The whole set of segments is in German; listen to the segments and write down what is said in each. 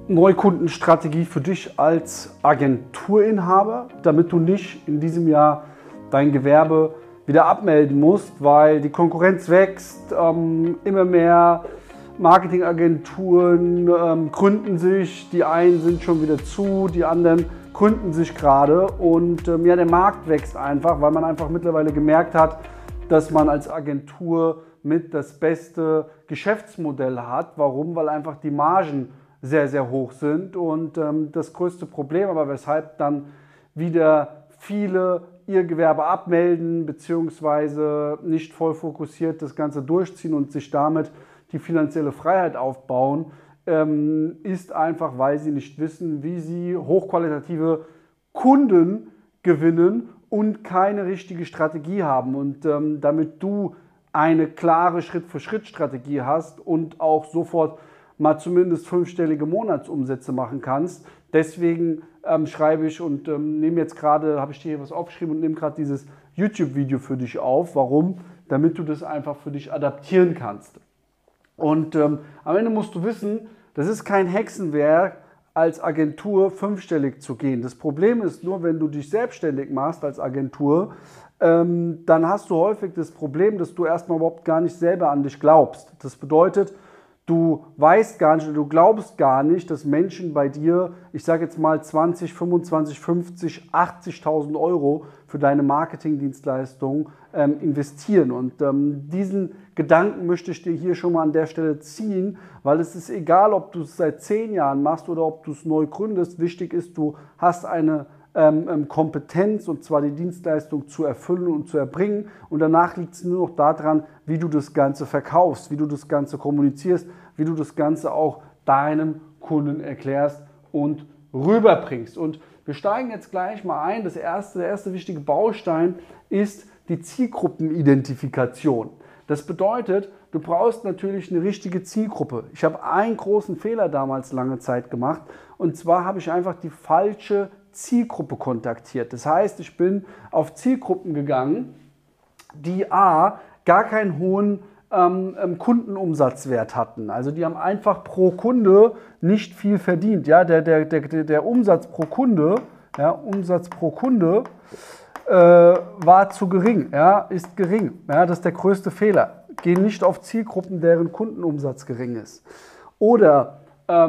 Neukundenstrategie für dich als Agenturinhaber, damit du nicht in diesem Jahr dein Gewerbe wieder abmelden musst, weil die Konkurrenz wächst, immer mehr Marketingagenturen gründen sich, die einen sind schon wieder zu, die anderen gründen sich gerade und ja, der Markt wächst einfach, weil man einfach mittlerweile gemerkt hat, dass man als Agentur mit das beste Geschäftsmodell hat. Warum? Weil einfach die Margen sehr, sehr hoch sind und das größte Problem, aber weshalb dann wieder viele ihr Gewerbe abmelden bzw. nicht voll fokussiert das Ganze durchziehen und sich damit die finanzielle Freiheit aufbauen, ist einfach, weil sie nicht wissen, wie sie hochqualitative Kunden gewinnen und keine richtige Strategie haben. Und damit du eine klare Schritt-für-Schritt-Strategie hast und auch sofort mal zumindest 5-stellige Monatsumsätze machen kannst. Deswegen schreibe ich und nehme jetzt gerade, habe ich dir hier was aufgeschrieben und nehme gerade dieses YouTube-Video für dich auf. Warum? Damit du das einfach für dich adaptieren kannst. Und am Ende musst du wissen, das ist kein Hexenwerk, als Agentur 5-stellig zu gehen. Das Problem ist nur, wenn du dich selbstständig machst als Agentur, dann hast du häufig das Problem, dass du erstmal überhaupt gar nicht selber an dich glaubst. Das bedeutet, du weißt gar nicht oder du glaubst gar nicht, dass Menschen bei dir, ich sage jetzt mal 20, 25, 50, 80.000 Euro für deine Marketingdienstleistung investieren. Und diesen Gedanken möchte ich dir hier schon mal an der Stelle ziehen, weil es ist egal, ob du es seit 10 Jahren machst oder ob du es neu gründest. Wichtig ist, du hast eine Kompetenz, und zwar die Dienstleistung zu erfüllen und zu erbringen. Und danach liegt es nur noch daran, wie du das Ganze verkaufst, wie du das Ganze kommunizierst, wie du das Ganze auch deinem Kunden erklärst und rüberbringst. Und wir steigen jetzt gleich mal ein. Der erste wichtige Baustein ist die Zielgruppenidentifikation. Das bedeutet, du brauchst natürlich eine richtige Zielgruppe. Ich habe einen großen Fehler damals lange Zeit gemacht, und zwar habe ich einfach die falsche Zielgruppe kontaktiert. Das heißt, ich bin auf Zielgruppen gegangen, die gar keinen hohen Kundenumsatzwert hatten. Also die haben einfach pro Kunde nicht viel verdient. Ja, der Umsatz pro Kunde, war zu gering, ja, ist gering. Ja, das ist der größte Fehler. Geh nicht auf Zielgruppen, deren Kundenumsatz gering ist. Oder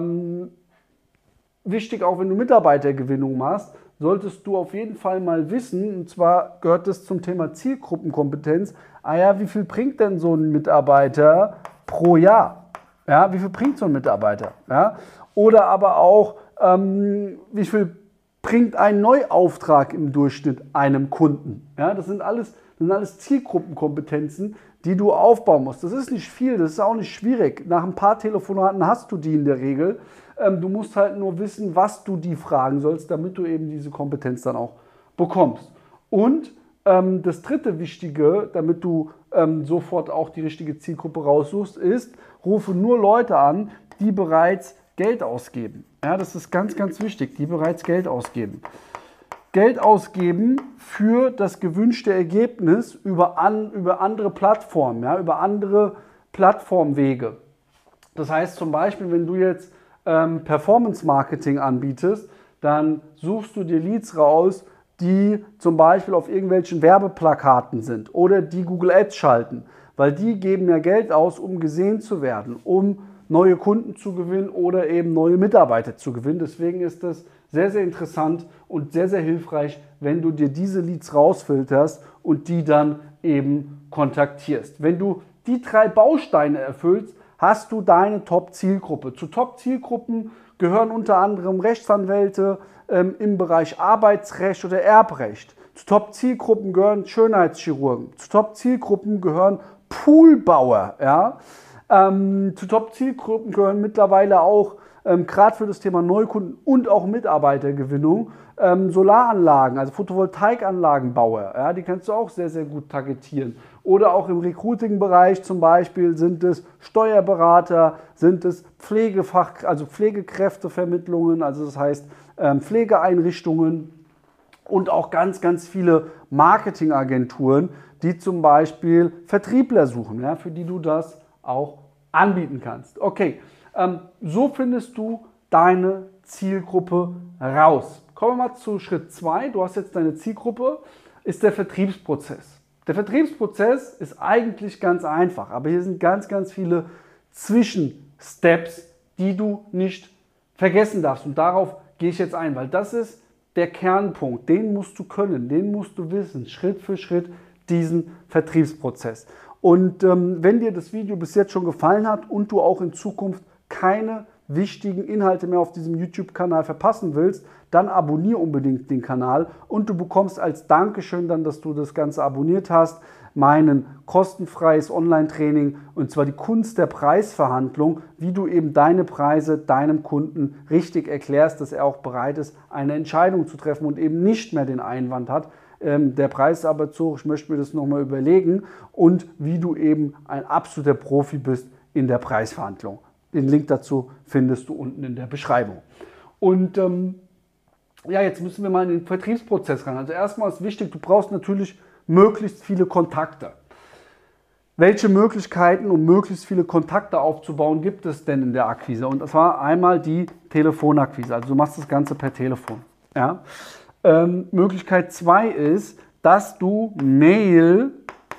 wichtig, auch wenn du Mitarbeitergewinnung machst, solltest du auf jeden Fall mal wissen, und zwar gehört das zum Thema Zielgruppenkompetenz, wie viel bringt denn so ein Mitarbeiter pro Jahr? Ja, wie viel bringt so ein Mitarbeiter? Ja? Oder aber auch, wie viel bringt ein Neuauftrag im Durchschnitt einem Kunden? Ja, das sind alles Zielgruppenkompetenzen, die du aufbauen musst. Das ist nicht viel, das ist auch nicht schwierig. Nach ein paar Telefonaten hast du die in der Regel. Du musst halt nur wissen, was du die fragen sollst, damit du eben diese Kompetenz dann auch bekommst. Und das dritte Wichtige, damit du sofort auch die richtige Zielgruppe raussuchst, ist, rufe nur Leute an, die bereits Geld ausgeben. Ja, das ist ganz, ganz wichtig, die bereits Geld ausgeben. Geld ausgeben für das gewünschte Ergebnis über andere Plattformen, ja, über andere Plattformwege. Das heißt zum Beispiel, wenn du jetzt Performance-Marketing anbietest, dann suchst du dir Leads raus, die zum Beispiel auf irgendwelchen Werbeplakaten sind oder die Google Ads schalten, weil die geben ja Geld aus, um gesehen zu werden, um neue Kunden zu gewinnen oder eben neue Mitarbeiter zu gewinnen. Deswegen ist das sehr, sehr interessant und sehr, sehr hilfreich, wenn du dir diese Leads rausfilterst und die dann eben kontaktierst. Wenn du die 3 Bausteine erfüllst, hast du deine Top-Zielgruppe. Zu Top-Zielgruppen gehören unter anderem Rechtsanwälte im Bereich Arbeitsrecht oder Erbrecht. Zu Top-Zielgruppen gehören Schönheitschirurgen. Zu Top-Zielgruppen gehören Poolbauer. Ja? Zu Top-Zielgruppen gehören mittlerweile auch, gerade für das Thema Neukunden und auch Mitarbeitergewinnung, Solaranlagen, also Photovoltaikanlagenbauer. Ja? Die kannst du auch sehr, sehr gut targetieren. Oder auch im Recruiting-Bereich zum Beispiel sind es Steuerberater, sind es Pflegekräftevermittlungen, also das heißt Pflegeeinrichtungen und auch ganz, ganz viele Marketingagenturen, die zum Beispiel Vertriebler suchen, ja, für die du das auch anbieten kannst. Okay, so findest du deine Zielgruppe raus. Kommen wir mal zu Schritt 2. Du hast jetzt deine Zielgruppe, ist der Vertriebsprozess. Der Vertriebsprozess ist eigentlich ganz einfach, aber hier sind ganz, ganz viele Zwischensteps, die du nicht vergessen darfst. Und darauf gehe ich jetzt ein, weil das ist der Kernpunkt. Den musst du können, den musst du wissen, Schritt für Schritt diesen Vertriebsprozess. Und wenn dir das Video bis jetzt schon gefallen hat und du auch in Zukunft keine wichtigen Inhalte mehr auf diesem YouTube-Kanal verpassen willst, dann abonniere unbedingt den Kanal und du bekommst als Dankeschön dann, dass du das Ganze abonniert hast, mein kostenfreies Online-Training, und zwar die Kunst der Preisverhandlung, wie du eben deine Preise deinem Kunden richtig erklärst, dass er auch bereit ist, eine Entscheidung zu treffen und eben nicht mehr den Einwand hat, der Preis ist aber zu hoch, ich möchte mir das nochmal überlegen, und wie du eben ein absoluter Profi bist in der Preisverhandlung. Den Link dazu findest du unten in der Beschreibung. Und ja, jetzt müssen wir mal in den Vertriebsprozess rein. Also erstmal ist wichtig, du brauchst natürlich möglichst viele Kontakte. Welche Möglichkeiten, um möglichst viele Kontakte aufzubauen, gibt es denn in der Akquise? Und das war einmal die Telefonakquise. Also du machst das Ganze per Telefon. Ja? Möglichkeit 2 ist, dass du Mail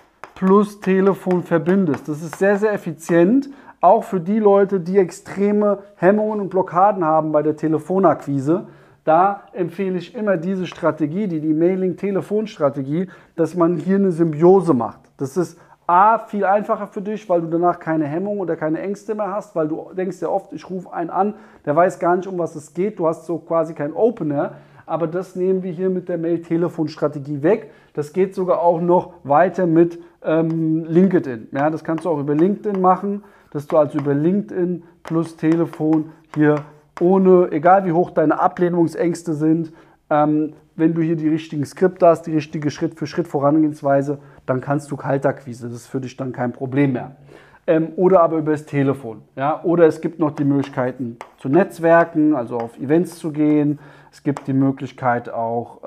plus Telefon verbindest. Das ist sehr, sehr effizient, auch für die Leute, die extreme Hemmungen und Blockaden haben bei der Telefonakquise. Da empfehle ich immer diese Strategie, die Mailing-Telefon-Strategie, dass man hier eine Symbiose macht. Das ist A, viel einfacher für dich, weil du danach keine Hemmung oder keine Ängste mehr hast, weil du denkst ja oft, ich rufe einen an, der weiß gar nicht, um was es geht, du hast so quasi keinen Opener, aber das nehmen wir hier mit der Mail-Telefon-Strategie weg. Das geht sogar auch noch weiter mit LinkedIn. Ja, das kannst du auch über LinkedIn machen, dass du also über LinkedIn plus Telefon hier ohne, egal wie hoch deine Ablehnungsängste sind, wenn du hier die richtigen Skripte hast, die richtige Schritt-für-Schritt-Vorangehensweise, dann kannst du Kaltakquise, das ist für dich dann kein Problem mehr. Oder aber über das Telefon. Ja? Oder es gibt noch die Möglichkeiten zu netzwerken, also auf Events zu gehen. Es gibt die Möglichkeit auch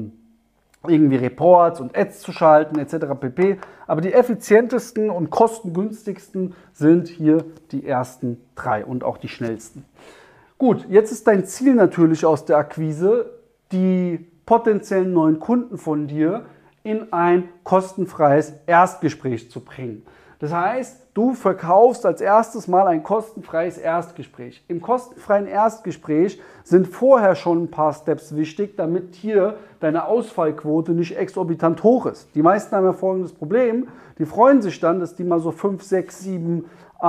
irgendwie Reports und Ads zu schalten etc. pp. Aber die effizientesten und kostengünstigsten sind hier die ersten 3 und auch die schnellsten. Gut, jetzt ist dein Ziel natürlich aus der Akquise, die potenziellen neuen Kunden von dir in ein kostenfreies Erstgespräch zu bringen. Das heißt, du verkaufst als erstes mal ein kostenfreies Erstgespräch. Im kostenfreien Erstgespräch sind vorher schon ein paar Steps wichtig, damit hier deine Ausfallquote nicht exorbitant hoch ist. Die meisten haben ja folgendes Problem, die freuen sich dann, dass die mal so 5, 6, 7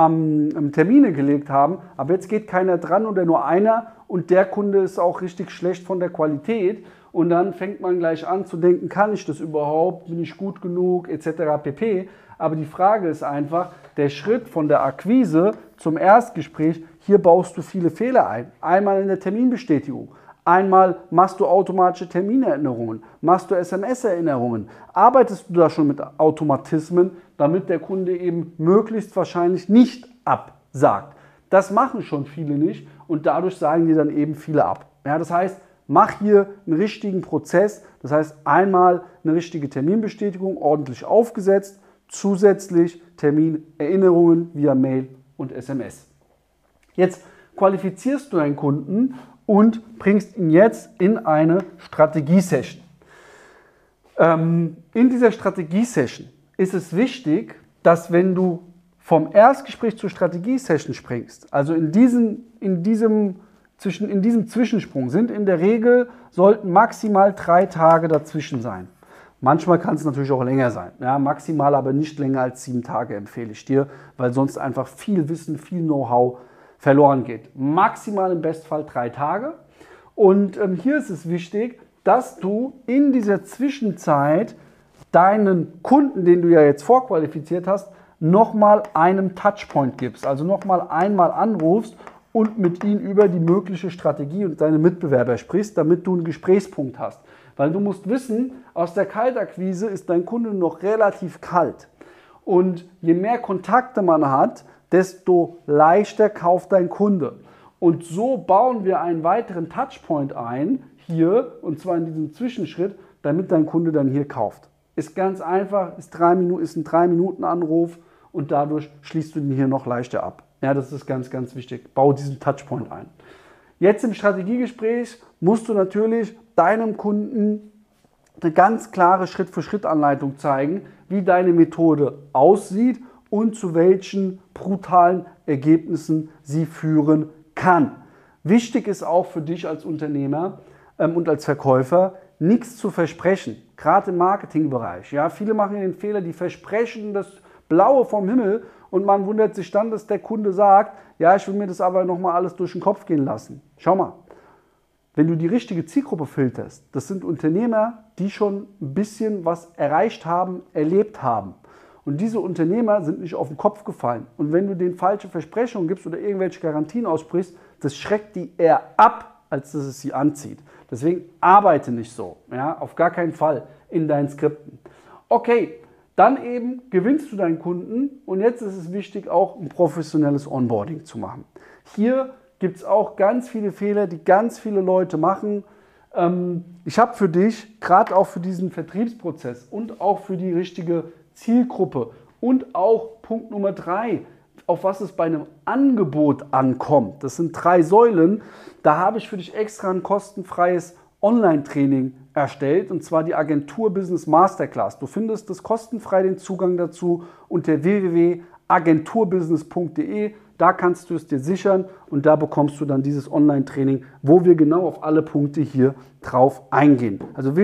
Termine gelegt haben, aber jetzt geht keiner dran oder nur einer und der Kunde ist auch richtig schlecht von der Qualität und dann fängt man gleich an zu denken, kann ich das überhaupt, bin ich gut genug etc. pp. Aber die Frage ist einfach, der Schritt von der Akquise zum Erstgespräch, hier baust du viele Fehler ein. Einmal in der Terminbestätigung, einmal machst du automatische Terminerinnerungen, machst du SMS-Erinnerungen, arbeitest du da schon mit Automatismen, damit der Kunde eben möglichst wahrscheinlich nicht absagt. Das machen schon viele nicht und dadurch sagen die dann eben viele ab. Ja, das heißt, mach hier einen richtigen Prozess, das heißt einmal eine richtige Terminbestätigung ordentlich aufgesetzt, zusätzlich Terminerinnerungen via Mail und SMS. Jetzt qualifizierst du deinen Kunden und bringst ihn jetzt in eine Strategie-Session. In dieser Strategie-Session ist es wichtig, dass wenn du vom Erstgespräch zur Strategie-Session springst, also in diesem Zwischensprung sind in der Regel, sollten maximal 3 Tage dazwischen sein. Manchmal kann es natürlich auch länger sein, ja, maximal aber nicht länger als 7 Tage empfehle ich dir, weil sonst einfach viel Wissen, viel Know-how verloren geht. Maximal im Bestfall 3 Tage und hier ist es wichtig, dass du in dieser Zwischenzeit deinen Kunden, den du ja jetzt vorqualifiziert hast, nochmal einen Touchpoint gibst, also nochmal einmal anrufst und mit ihm über die mögliche Strategie und deine Mitbewerber sprichst, damit du einen Gesprächspunkt hast. Weil du musst wissen, aus der Kaltakquise ist dein Kunde noch relativ kalt. Und je mehr Kontakte man hat, desto leichter kauft dein Kunde. Und so bauen wir einen weiteren Touchpoint ein, hier, und zwar in diesem Zwischenschritt, damit dein Kunde dann hier kauft. Ist ganz einfach, ist ein 3-Minuten-Anruf und dadurch schließt du den hier noch leichter ab. Ja, das ist ganz, ganz wichtig. Bau diesen Touchpoint ein. Jetzt im Strategiegespräch musst du natürlich deinem Kunden eine ganz klare Schritt-für-Schritt-Anleitung zeigen, wie deine Methode aussieht und zu welchen brutalen Ergebnissen sie führen kann. Wichtig ist auch für dich als Unternehmer und als Verkäufer, nichts zu versprechen, gerade im Marketingbereich. Ja, viele machen den Fehler, die versprechen das Blaue vom Himmel und man wundert sich dann, dass der Kunde sagt, ja, ich will mir das aber nochmal alles durch den Kopf gehen lassen. Schau mal, wenn du die richtige Zielgruppe filterst, das sind Unternehmer, die schon ein bisschen was erreicht haben, erlebt haben. Und diese Unternehmer sind nicht auf den Kopf gefallen. Und wenn du denen falsche Versprechungen gibst oder irgendwelche Garantien aussprichst, das schreckt die eher ab, als dass es sie anzieht. Deswegen arbeite nicht so, ja, auf gar keinen Fall in deinen Skripten. Okay, dann eben gewinnst du deinen Kunden und jetzt ist es wichtig, auch ein professionelles Onboarding zu machen. Hier gibt es auch ganz viele Fehler, die ganz viele Leute machen. Ich habe für dich, gerade auch für diesen Vertriebsprozess und auch für die richtige Zielgruppe und auch Punkt Nummer 3, auf was es bei einem Angebot ankommt. Das sind 3 Säulen. Da habe ich für dich extra ein kostenfreies Online-Training erstellt, und zwar die Agentur Business Masterclass. Du findest das kostenfrei, den Zugang dazu, unter www.agenturbusiness.de. Da kannst du es dir sichern und da bekommst du dann dieses Online-Training, wo wir genau auf alle Punkte hier drauf eingehen. Also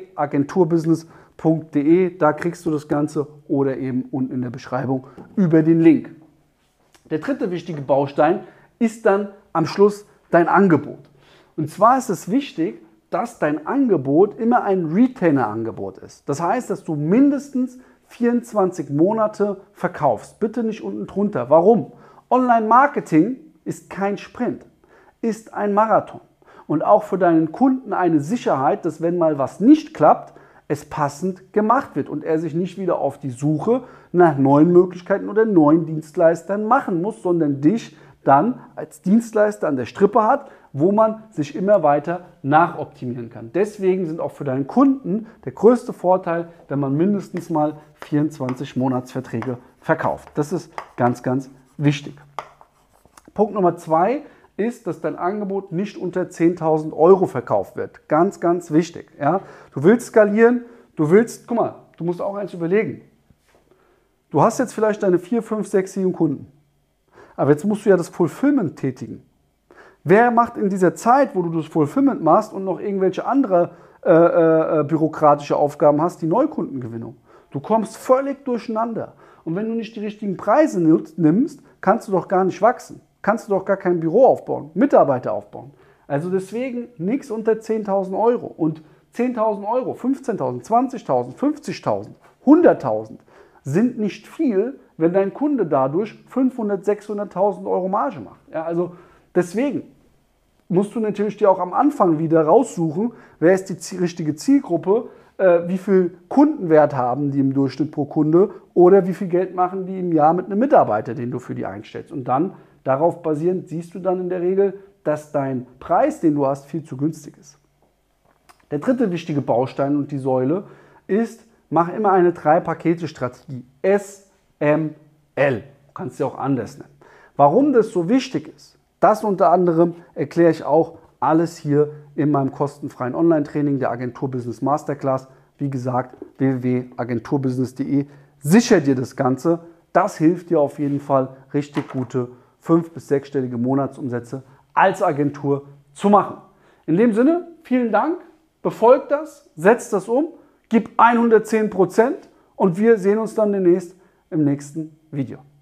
www.agenturbusiness.de, da kriegst du das Ganze oder eben unten in der Beschreibung über den Link. Der dritte wichtige Baustein ist dann am Schluss dein Angebot. Und zwar ist es wichtig, dass dein Angebot immer ein Retainer-Angebot ist. Das heißt, dass du mindestens 24 Monate verkaufst. Bitte nicht unten drunter. Warum? Online-Marketing ist kein Sprint, ist ein Marathon. Und auch für deinen Kunden eine Sicherheit, dass wenn mal was nicht klappt, es passend gemacht wird und er sich nicht wieder auf die Suche nach neuen Möglichkeiten oder neuen Dienstleistern machen muss, sondern dich dann als Dienstleister an der Strippe hat, wo man sich immer weiter nachoptimieren kann. Deswegen sind auch für deinen Kunden der größte Vorteil, wenn man mindestens mal 24 Monatsverträge verkauft. Das ist ganz, ganz wichtig. Punkt Nummer 2 ist, dass dein Angebot nicht unter 10.000 € verkauft wird. Ganz, ganz wichtig. Ja? Du willst skalieren, guck mal, du musst auch eins überlegen. Du hast jetzt vielleicht deine 4, 5, 6, 7 Kunden. Aber jetzt musst du ja das Fulfillment tätigen. Wer macht in dieser Zeit, wo du das Fulfillment machst und noch irgendwelche andere bürokratische Aufgaben hast, die Neukundengewinnung? Du kommst völlig durcheinander. Und wenn du nicht die richtigen Preise nimmst, kannst du doch gar nicht wachsen. Kannst du doch gar kein Büro aufbauen, Mitarbeiter aufbauen. Also deswegen nichts unter 10.000 €. Und 10.000 €, 15.000, 20.000, 50.000, 100.000 sind nicht viel, wenn dein Kunde dadurch 500.000, 600.000 € Marge macht. Ja, also deswegen musst du natürlich dir auch am Anfang wieder raussuchen, wer ist die richtige Zielgruppe, wie viel Kundenwert haben die im Durchschnitt pro Kunde oder wie viel Geld machen die im Jahr mit einem Mitarbeiter, den du für die einstellst. Und dann darauf basierend siehst du dann in der Regel, dass dein Preis, den du hast, viel zu günstig ist. Der dritte wichtige Baustein und die Säule ist, mach immer eine 3-Pakete-Strategie. SML. Du kannst sie auch anders nennen. Warum das so wichtig ist, das unter anderem erkläre ich auch alles hier in meinem kostenfreien Online-Training der Agentur Business Masterclass. Wie gesagt, www.agenturbusiness.de. Sicher dir das Ganze. Das hilft dir auf jeden Fall, richtig gute 5- bis 6-stellige Monatsumsätze als Agentur zu machen. In dem Sinne, vielen Dank. Befolgt das, setzt das um, gib 110% und wir sehen uns dann demnächst im nächsten Video.